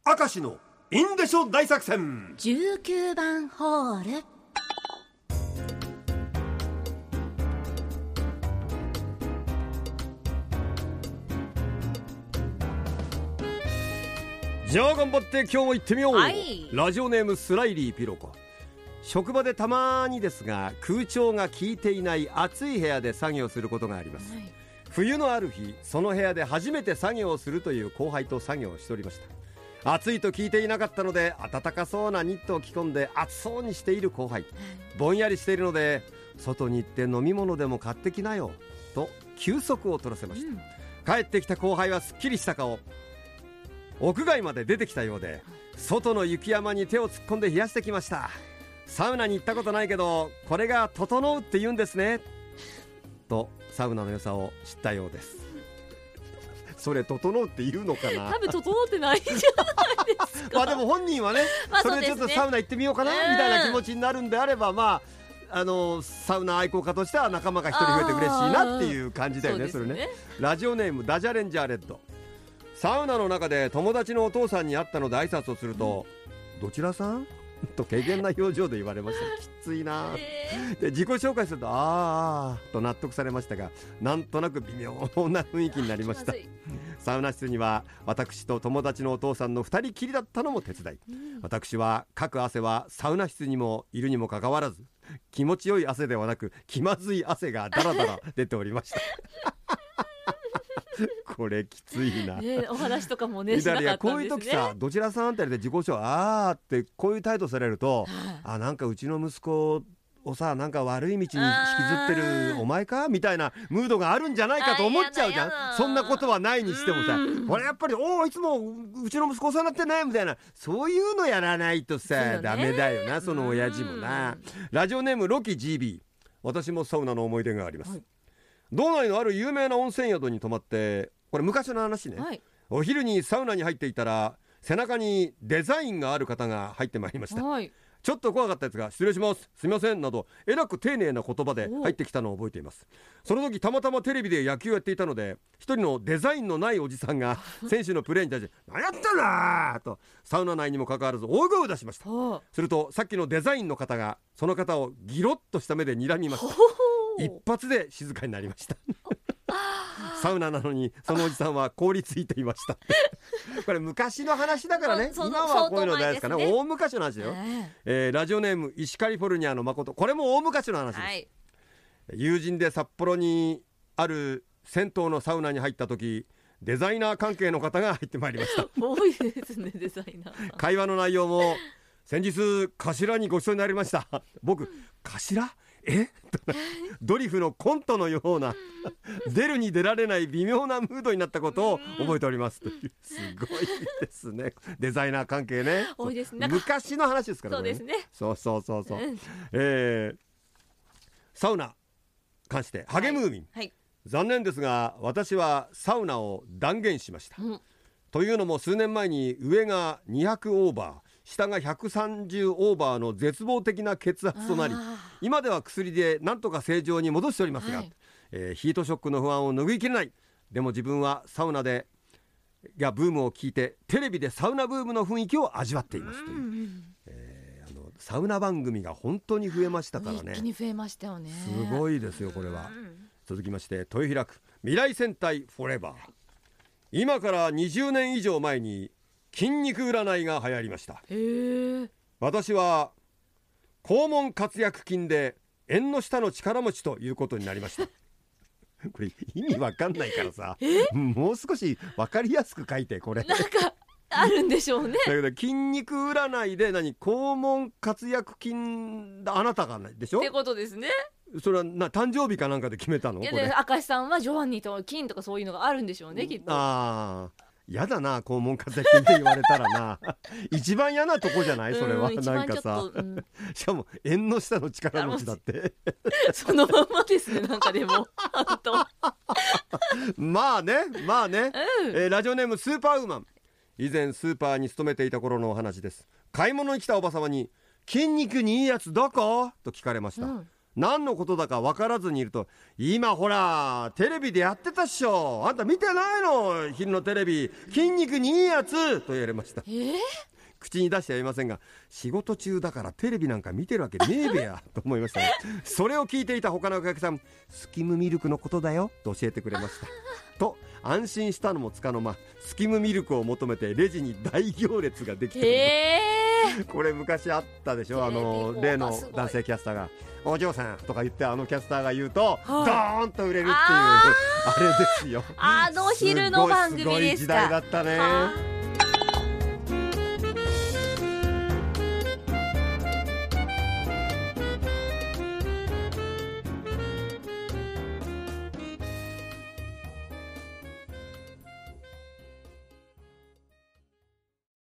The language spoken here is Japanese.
明石のインデショ大作戦 19番ホール。 じゃあ頑張って今日も行ってみよう、 はい、 ラジオネームスライリーピロコ。職場でたまにですが空調が効いていない暑い部屋で作業することがあります、はい、冬のある日その部屋で初めて作業をするという後輩と作業をしておりました。暑いと聞いていなかったので暖かそうなニットを着込んで暑そうにしている後輩、ぼんやりしているので外に行って飲み物でも買ってきなよと休息を取らせました、帰ってきた後輩はすっきりした顔、屋外まで出てきたようで外の雪山に手を突っ込んで冷やしてきました。サウナに行ったことないけどこれが整うって言うんですねとサウナの良さを知ったようです。それ整うって言うのかな。 多分整ってないんじゃないですか。 まあでも本人はね、それでちょっとサウナ行ってみようかなみたいな気持ちになるんであれば、まあサウナ愛好家としては仲間が一人増えて嬉しいなっていう感じだよね。それね。ラジオネームダジャレンジャーレッド。サウナの中で友達のお父さんに会ったので挨拶をすると、どちらさんと軽減な表情で言われました。きついな、で自己紹介するとあーと納得されましたが、なんとなく微妙な雰囲気になりました。サウナ室には私と友達のお父さんの2人きりだったのも手伝い、私はかく汗はサウナ室にもいるにもかかわらず気持ちよい汗ではなく気まずい汗がだらだら出ておりましたこれきついな、 お話とかもねしなかったんですね。 こういう時さ、どちらさんって言われて自己紹介あーってこういう態度されると、なんかうちの息子をさなんか悪い道に引きずってるお前かみたいなムードがあるんじゃないかと思っちゃうじゃん。そんなことはないにしてもさ、これやっぱりいつもうちの息子さんなってねみたいな、そういうのやらないとさ、ダメだよな、その親父もな。ラジオネームロキ GB。 私もサウナの思い出があります、道内のある有名な温泉宿に泊まって、これ昔の話ね、お昼にサウナに入っていたら背中にデザインがある方が入ってまいりました、ちょっと怖かったやつが失礼しますすみませんなどえらく丁寧な言葉で入ってきたのを覚えています。その時たまたまテレビで野球をやっていたので、一人のデザインのないおじさんが選手のプレーに対して何やったんだとサウナ内にもかかわらず大声を出しました。するとさっきのデザインの方がその方をギロッとした目で睨みました。一発で静かになりましたサウナなのにそのおじさんは凍りついていましたこれ昔の話だからね、今はこういうのないですかね、大昔の話よ、ラジオネーム石カリフォルニアの誠。これも大昔の話です、友人で札幌にある銭湯のサウナに入った時、デザイナー関係の方が入ってまいりました多いですねデザイナー。 会話の内容も先日頭にごちそうになりました僕頭ドリフのコントのような出るに出られない微妙なムードになったことを覚えておりますという。すごいですね、デザイナー関係ね、 多いですね、 昔の話ですからね。そう、サウナ関してハゲムーミン、残念ですが私はサウナを断言しました、というのも数年前に上が200オーバー下が130オーバーの絶望的な血圧となり、今では薬でなんとか正常に戻しておりますが、ヒートショックの不安を拭いきれない。でも自分はサウナでブームを聞いてテレビでサウナブームの雰囲気を味わっていますという、サウナ番組が本当に増えましたからね。 一気に増えましたよね。 すごいですよこれは。続きまして豊平区未来戦隊フォレバー、今から20年以上前に筋肉占いが流行りました。私は肛門活躍筋で縁の下の力持ちということになりましたこれ意味わかんないからさ、もう少しわかりやすく書いて。これなんかあるんでしょうね。 だけど筋肉占いで肛門活躍筋あなたがないでしょってことですね。 それは誕生日かなんかで決めたの？これ明石さんはジョアンニと筋とかそういうのがあるんでしょうね、きっと。 やだな、肛門活躍筋って言われたらな一番嫌なとこじゃないそれは。なんかさ、しかも縁の下の力持ちだってそのままですね、なんかでも本当まあね、ラジオネームスーパーウーマン。以前スーパーに勤めていた頃のお話です。買い物に来たおばさまに筋肉にいいやつどこと聞かれました、 何のことだか分からずにいると、今ほらテレビでやってたっしょ、あんた見てないの、昼のテレビ、筋肉にいいやつと言われました。口に出してはいませんが、仕事中だからテレビなんか見てるわけねえべやと思いましたね。それを聞いていた他のお客さん、スキムミルクのことだよと教えてくれましたと安心したのもつかの間、スキムミルクを求めてレジに大行列ができている。これ昔あったでしょ、例の男性キャスターがお嬢さんとか言って、キャスターが言うと、ドーンと売れるっていうあれですよ。 昼の番組ですか。 すごい時代だったね。